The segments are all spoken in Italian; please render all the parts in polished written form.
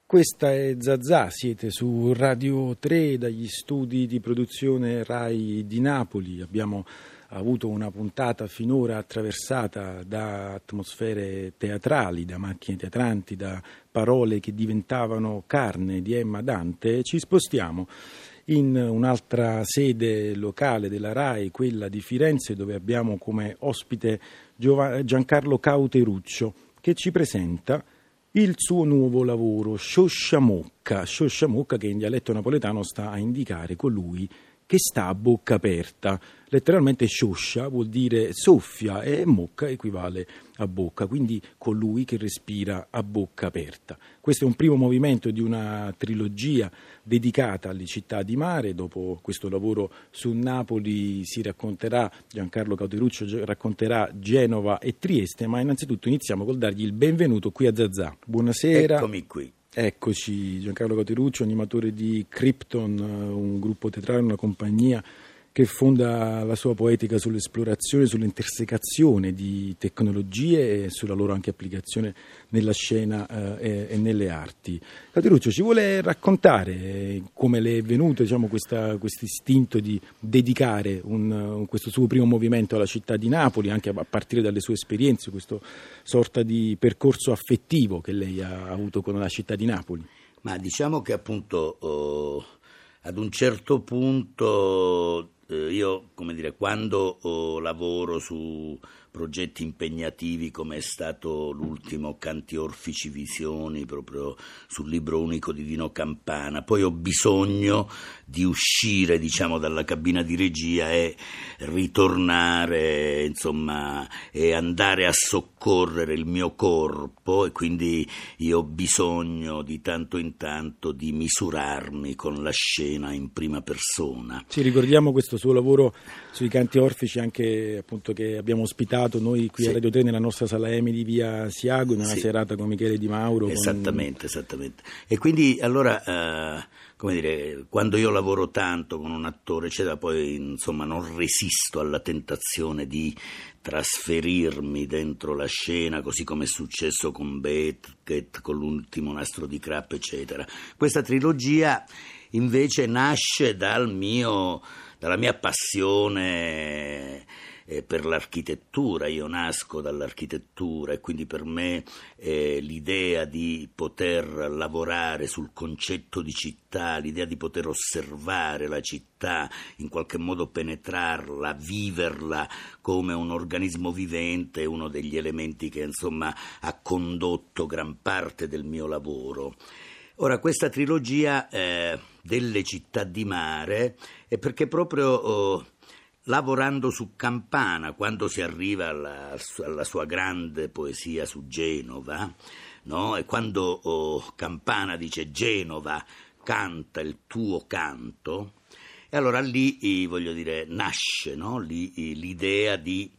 Questa è Zazà, siete su Radio 3 dagli studi di produzione Rai di Napoli. Abbiamo avuto una puntata finora attraversata da atmosfere teatrali, da macchine teatranti, da parole che diventavano carne di Emma Dante. Ci spostiamo in un'altra sede locale della Rai, quella di Firenze, dove abbiamo come ospite Giancarlo Cauteruccio, che ci presenta il suo nuovo lavoro, Sciosciamocca, che in dialetto napoletano sta a indicare colui che sta a bocca aperta. Letteralmente scioscia vuol dire soffia e mocca equivale a bocca, quindi colui che respira a bocca aperta. Questo è un primo movimento di una trilogia dedicata alle città di mare. Dopo questo lavoro su Napoli si racconterà, Giancarlo Cauteruccio racconterà Genova e Trieste, ma innanzitutto iniziamo col dargli il benvenuto qui a Zazà. Buonasera. Eccomi qui. Eccoci, Giancarlo Cauteruccio, animatore di Krypton, un gruppo teatrale, una compagnia che fonda la sua poetica sull'esplorazione, sull'intersecazione di tecnologie e sulla loro anche applicazione nella scena e nelle arti. Cauteruccio, ci vuole raccontare come le è venuto, questo istinto di dedicare questo suo primo movimento alla città di Napoli, anche a partire dalle sue esperienze, questo sorta di percorso affettivo che lei ha avuto con la città di Napoli? Ma diciamo che appunto ad un certo punto io, quando lavoro su progetti impegnativi come è stato l'ultimo Canti Orfici Visioni, proprio sul libro unico di Dino Campana, poi ho bisogno di uscire dalla cabina di regia e ritornare e andare a soccorrere il mio corpo, e quindi io ho bisogno di tanto in tanto di misurarmi con la scena in prima persona. Ci ricordiamo questo suo lavoro sui Canti Orfici, anche appunto che abbiamo ospitato noi qui a Radio 3 nella nostra sala Emi di via Siago, in una serata con Michele Di Mauro. Esattamente. E quindi allora, quando io lavoro tanto con un attore, eccetera, poi non resisto alla tentazione di trasferirmi dentro la scena, così come è successo con Beckett, con l'ultimo Nastro di Crap, eccetera. Questa trilogia invece nasce dalla mia passione per l'architettura. Io nasco dall'architettura e quindi per me l'idea di poter lavorare sul concetto di città, l'idea di poter osservare la città, in qualche modo penetrarla, viverla come un organismo vivente, è uno degli elementi che ha condotto gran parte del mio lavoro. Ora, questa trilogia delle città di mare è perché proprio lavorando su Campana, quando si arriva alla sua grande poesia su Genova, no? E quando Campana dice Genova, canta il tuo canto, e allora lì nasce, no? L'idea di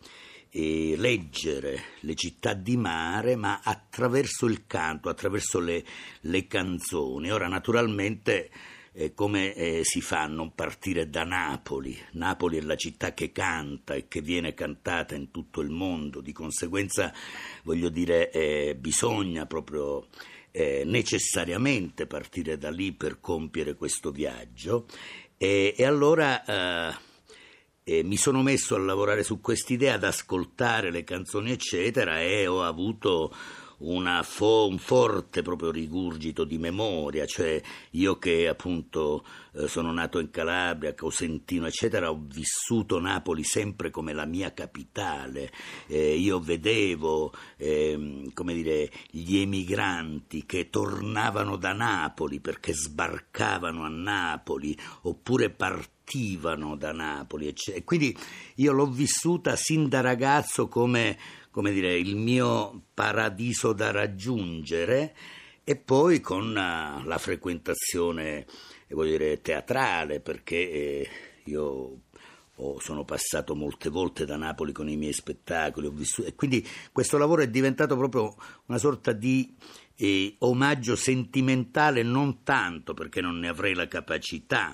leggere le città di mare, ma attraverso il canto, attraverso le canzoni. Ora, naturalmente, come si fa a non partire da Napoli? Napoli è la città che canta e che viene cantata in tutto il mondo, di conseguenza bisogna proprio necessariamente partire da lì per compiere questo viaggio, e allora mi sono messo a lavorare su quest'idea, ad ascoltare le canzoni eccetera, e ho avuto un forte proprio rigurgito di memoria. Cioè, io che appunto sono nato in Calabria, Cosentino eccetera, ho vissuto Napoli sempre come la mia capitale. Io vedevo gli emigranti che tornavano da Napoli perché sbarcavano a Napoli oppure partivano da Napoli, e quindi io l'ho vissuta sin da ragazzo come il mio paradiso da raggiungere, e poi con la frequentazione teatrale, perché io sono passato molte volte da Napoli con i miei spettacoli, ho vissuto, e quindi questo lavoro è diventato proprio una sorta di omaggio sentimentale, non tanto perché non ne avrei la capacità,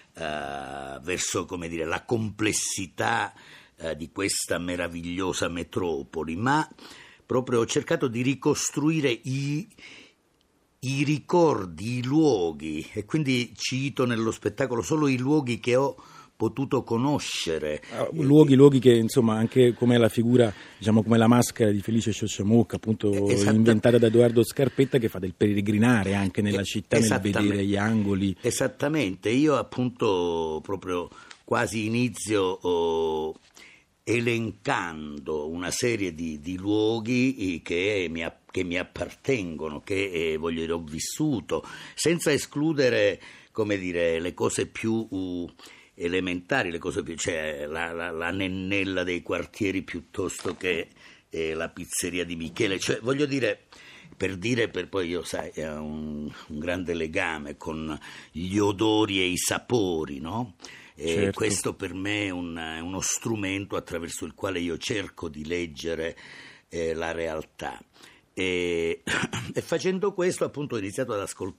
verso la complessità di questa meravigliosa metropoli, ma proprio ho cercato di ricostruire i ricordi, i luoghi, e quindi cito nello spettacolo solo i luoghi che ho potuto conoscere. Luoghi che insomma, anche come la figura, diciamo come la maschera di Felice Sciosciamucca, appunto inventata da Edoardo Scarpetta, che fa del peregrinare anche nella città, nel vedere gli angoli. Esattamente, io appunto proprio quasi inizio elencando una serie di luoghi che mi appartengono, che voglio dire, ho vissuto, senza escludere, come dire, le cose più elementari, le cose più, cioè la Nennella dei quartieri piuttosto che la pizzeria di Michele, cioè voglio dire, per poi io sai ho un grande legame con gli odori e i sapori, no? Certo. Questo per me è uno strumento attraverso il quale io cerco di leggere la realtà. E facendo questo appunto ho iniziato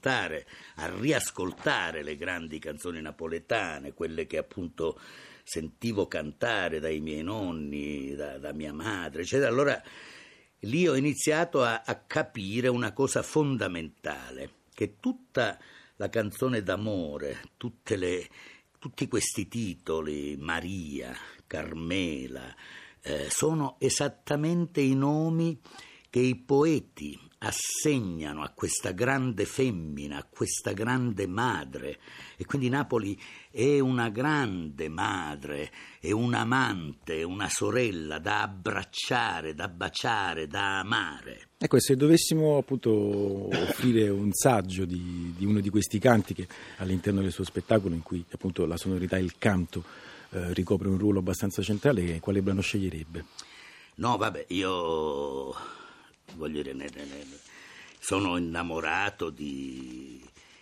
a riascoltare le grandi canzoni napoletane, quelle che appunto sentivo cantare dai miei nonni, da mia madre, eccetera. Allora lì ho iniziato a capire una cosa fondamentale, che tutta la canzone d'amore, tutti questi titoli, Maria, Carmela, sono esattamente i nomi che i poeti assegnano a questa grande femmina, a questa grande madre. E quindi Napoli è una grande madre, è un'amante, una sorella da abbracciare, da baciare, da amare. Ecco, se dovessimo appunto offrire un saggio di uno di questi canti che all'interno del suo spettacolo, in cui appunto la sonorità e il canto ricopre un ruolo abbastanza centrale, quale brano sceglierebbe? No, vabbè, io voglio dire, sono innamorato di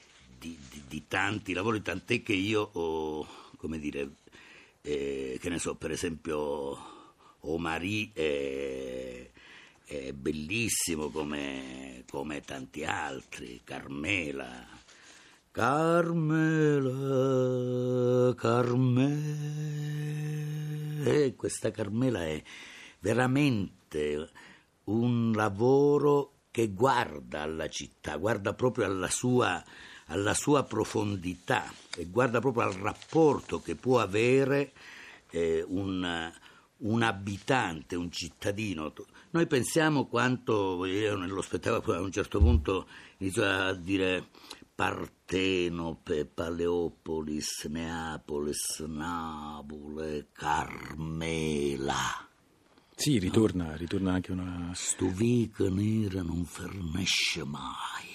tanti lavori, tant'è che io ho, come dire, che ne so, per esempio Omari è bellissimo come tanti altri, Carmela, questa Carmela è veramente un lavoro che guarda alla città, guarda proprio alla sua profondità e guarda proprio al rapporto che può avere un abitante, un cittadino. Noi pensiamo quanto, io nello spettacolo a un certo punto inizio a dire Partenope, Paleopolis, Neapolis, Napoli, Carmela. Sì, ritorna anche una... Sto vico nera non fernesce mai,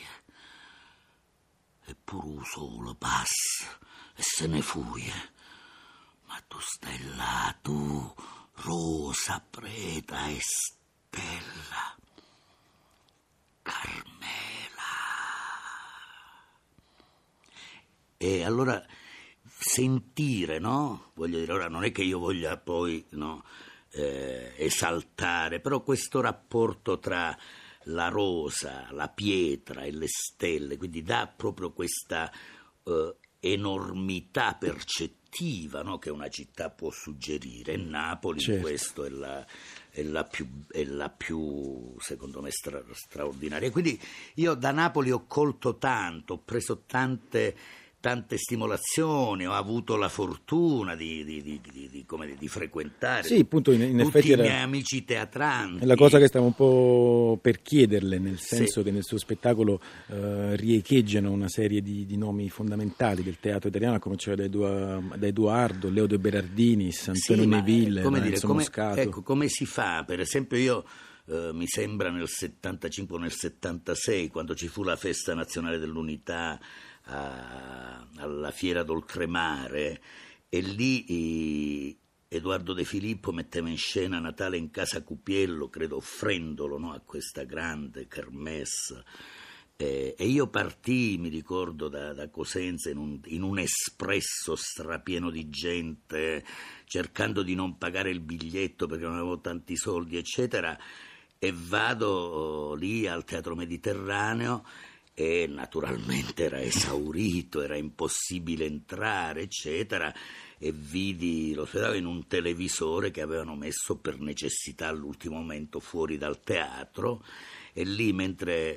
eppure il sole passa e se ne fuie, ma tu stai là, tu, rosa, preta e stella, Carmela. E allora sentire, no? Voglio dire, ora non è che io voglia poi, no, esaltare, però questo rapporto tra la rosa, la pietra e le stelle, quindi dà proprio questa enormità percettiva, no, che una città può suggerire. E Napoli, certo, questo è la più secondo me straordinaria. Quindi io da Napoli ho colto tanto, ho preso tante stimolazioni, ho avuto la fortuna di frequentare, sì, appunto, in tutti effetti i miei amici teatranti. È la cosa che stavo un po' per chiederle, nel senso, sì, che nel suo spettacolo riecheggiano una serie di nomi fondamentali del teatro italiano, a cominciare da Edoardo, Leo De Berardinis, Antonio Neville, Lorenzo Moscato. Ecco, come si fa? Per esempio io mi sembra nel 75 o nel 76, quando ci fu la festa nazionale dell'unità alla Fiera d'Oltremare, e lì Edoardo De Filippo metteva in scena Natale in casa Cupiello, credo offrendolo, no, a questa grande kermesse, e io partii, mi ricordo, da Cosenza in un espresso strapieno di gente, cercando di non pagare il biglietto perché non avevo tanti soldi, eccetera, e vado lì al Teatro Mediterraneo e naturalmente era esaurito, era impossibile entrare, eccetera, e vidi lo spettacolo in un televisore che avevano messo per necessità all'ultimo momento fuori dal teatro, e lì mentre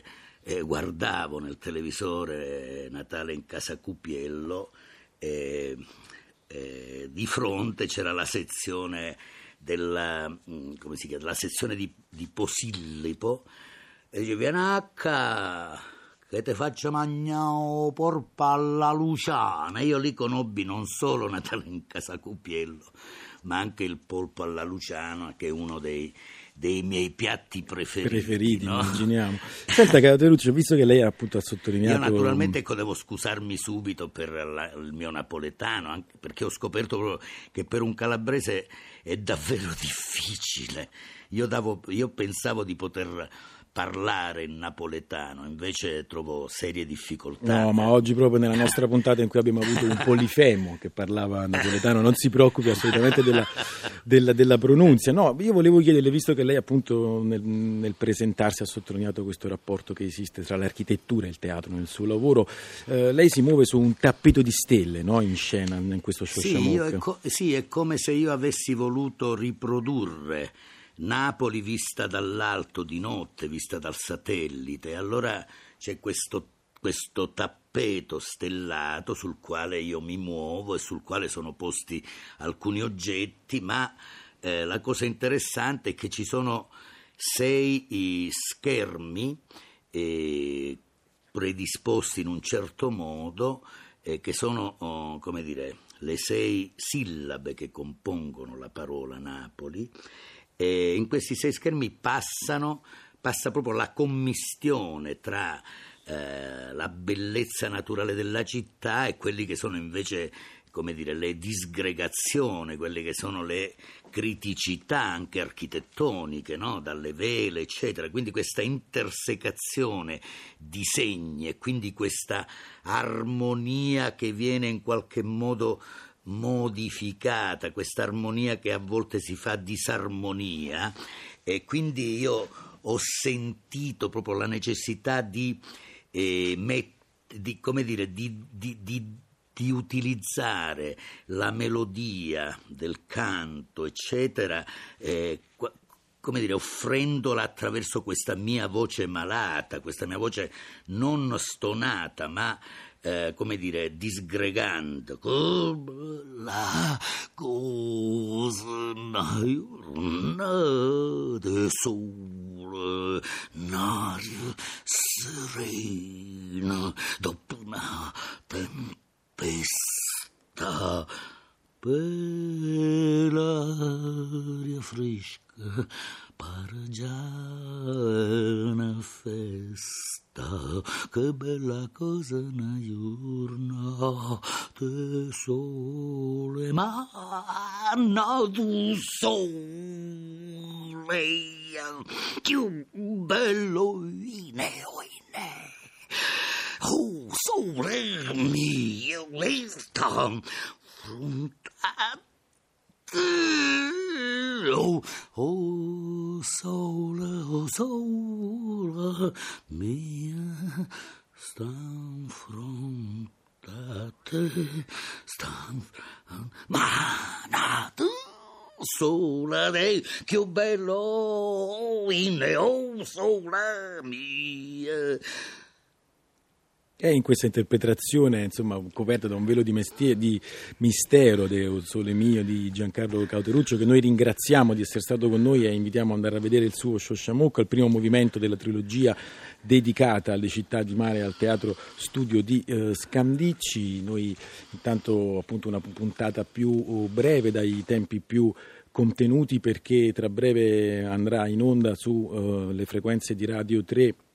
guardavo nel televisore Natale in casa Cupiello e di fronte c'era la sezione come si chiama? La sezione di Posillipo, e dice: vieni acca che te faccio mangiare porpa alla Luciana. Io lì conobbi non solo Natale in casa Cupiello, ma anche il polpo alla Luciana, che è uno dei miei piatti preferiti, no? Immaginiamo. Senta, Cauteruccio, visto che lei appunto ha sottolineato... Io naturalmente devo scusarmi subito per il mio napoletano, anche perché ho scoperto proprio che per un calabrese è davvero difficile. Io pensavo di poter parlare in napoletano, invece trovo serie difficoltà. No, ma oggi proprio nella nostra puntata in cui abbiamo avuto un polifemo che parlava napoletano, non si preoccupi assolutamente della pronunzia. No, io volevo chiederle, visto che lei appunto nel presentarsi ha sottolineato questo rapporto che esiste tra l'architettura e il teatro nel suo lavoro, lei si muove su un tappeto di stelle, no? In scena, in questo Sciosciamuc. Sì, è come se io avessi voluto riprodurre Napoli vista dall'alto di notte, vista dal satellite. Allora c'è questo tappeto stellato sul quale io mi muovo e sul quale sono posti alcuni oggetti, ma la cosa interessante è che ci sono 6 schermi predisposti in un certo modo, che sono, come dire, le 6 sillabe che compongono la parola Napoli. E in questi 6 schermi passa proprio la commistione tra la bellezza naturale della città e quelli che sono invece, come dire, le disgregazioni, quelle che sono le criticità anche architettoniche, no? Dalle vele, eccetera. Quindi questa intersecazione di segni e quindi questa armonia che viene in qualche modo modificata, questa armonia che a volte si fa disarmonia, e quindi io ho sentito proprio la necessità di utilizzare la melodia del canto, eccetera, come dire, offrendola attraverso questa mia voce malata, questa mia voce non stonata, ma come dire, disgregando. La cosa del sole, un'aria serena dopo una tempesta, per l'aria fresca pare già una festa. Che bella cosa una giornata di sole, ma no tu sole più bello oh sole mio resta oh sole mia, stan fronte a te, ma tu sole più bello oh sole mia. È in questa interpretazione, insomma, coperta da un velo di mistero del Sole mio di Giancarlo Cauteruccio, che noi ringraziamo di essere stato con noi e invitiamo ad andare a vedere il suo Sciosciamuc, il primo movimento della trilogia dedicata alle città di mare e al teatro studio di Scandicci. Noi intanto appunto una puntata più breve, dai tempi più contenuti, perché tra breve andrà in onda su le frequenze di Radio 3